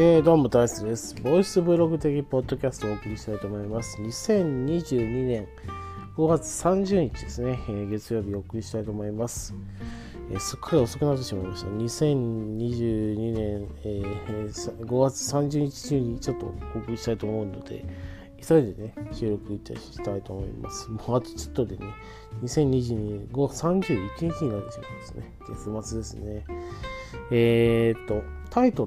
どうも大好きです。ボイス Vlog 的ポッドキャストをお送りしたいと思います。2022年5月30日ですね、月曜日お送りしたいと思います。すっかり遅くなってしまいました。2022年、5月30日中にちょっとお送りしたいと思うので、急いでね、収録したいと思います。もうあとちょっとでね、2022年5月31日になってしまいますね。月末ですね。タイト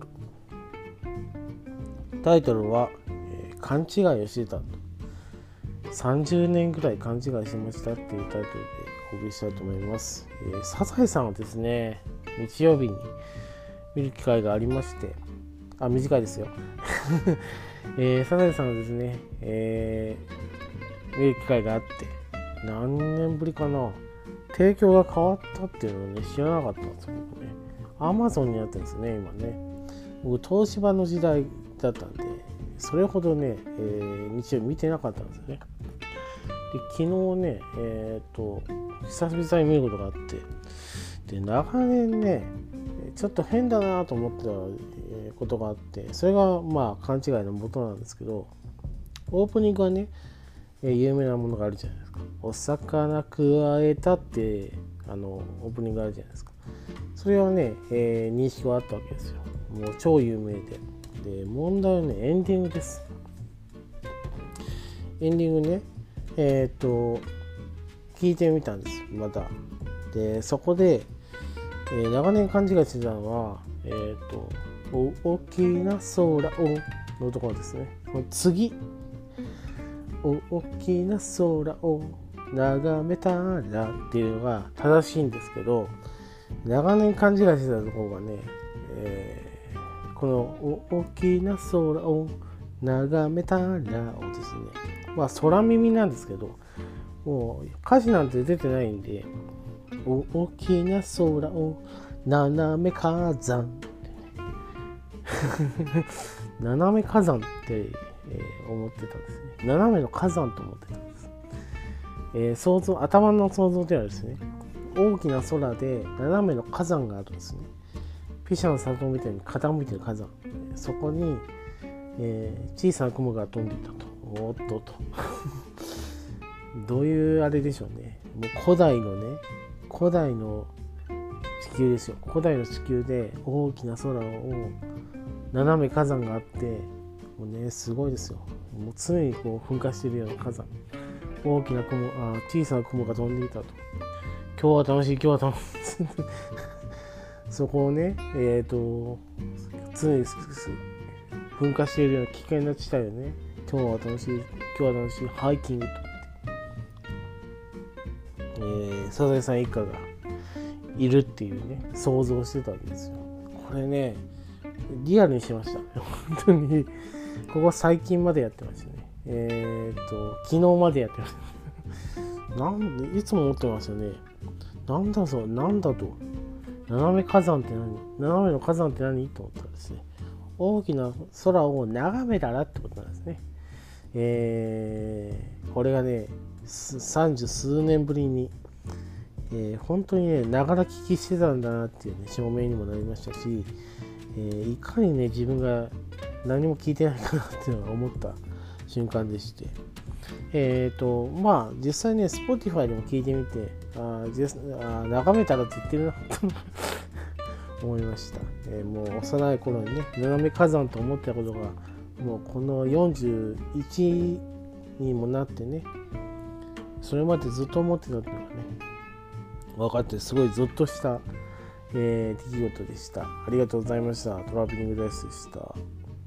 ルは、勘違いをしてたと。30年ぐらい勘違いしましたっていうタイトルでお送りしたいと思います。サザエさんをですね、日曜日に見る機会がありまして、短いですよ。サザエさんをですね、見る機会があって、何年ぶりかな、提供が変わったっていうのをね、知らなかったんですよ、僕ね。Amazon になってるんですね、今ね。僕、東芝の時代だったんで、それほどね、日曜見てなかったんですよね。で、昨日ね、久々に見ることがあって、で、長年ね、ちょっと変だなと思ってたことがあって、それがまあ勘違いの元なんですけど、オープニングはね、有名なものがあるじゃないですか。お魚くわえたってオープニングあるじゃないですか。それはね、認識はあったわけですよ。もう超有名で。で、問題はね、エンディングです。エンディングね、聞いてみたんです、また。で、そこで、長年勘違いしてたのは、大きな空をのところですね。この次、大きな空を眺めたらっていうのが正しいんですけど、長年勘違いしてたところがね、この大きな空を眺めたらをですね、まあ空耳なんですけど、もう歌詞なんて出てないんで、大きな空を斜め火山斜め火山って、思ってたんですね。斜めの火山と思ってたんです。頭の想像ではですね、大きな空で斜めの火山があるんですね。ピシャの里みたいに傾いてる火山、そこに、小さな雲が飛んでいたと。おっととどういうあれでしょうね。もう古代の地球ですよ。古代の地球で大きな空を斜め火山があって、もうね、すごいですよ。もう常にこう噴火しているような火山、大きな小さな雲が飛んでいたと。今日は楽しいそこをね、常に噴火しているような危険な地帯をね、今日は楽しいハイキングと言って、サザエさん一家がいるっていうね、想像してたわけですよ。これね、リアルにしました。本当に、ここ最近までやってましたね。昨日までやってました。いつも思ってますよね。なんだと。斜めの火山って何と思ったらですね、大きな空を眺めたらってことなんですね。これがね、30数年ぶりに、本当にね、ながら聞きしてたんだなっていうね、証明にもなりましたし、いかにね、自分が何も聞いてないかなっていうのが思った瞬間でして、まあ実際ね、Spotify でも聞いてみて、眺めたらって言ってるなと思いました。もう幼い頃にね、斜め火山と思ってたことが、もうこの41にもなってね、それまでずっと思ってたっていうのがね、分かって、すごいゾッとした、出来事でした。ありがとうございました。トラベリングダイスでした。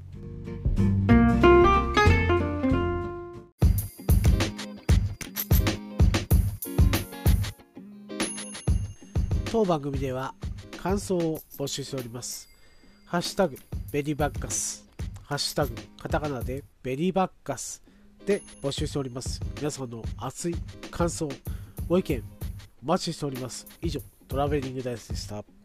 当番組では感想を募集しております。ハッシュタグベリーバッカス、ハッシュタグカタカナでベリーバッカスで募集しております。皆さんの熱い感想、ご意見お待ちしております。以上、トラベリングダイスでした。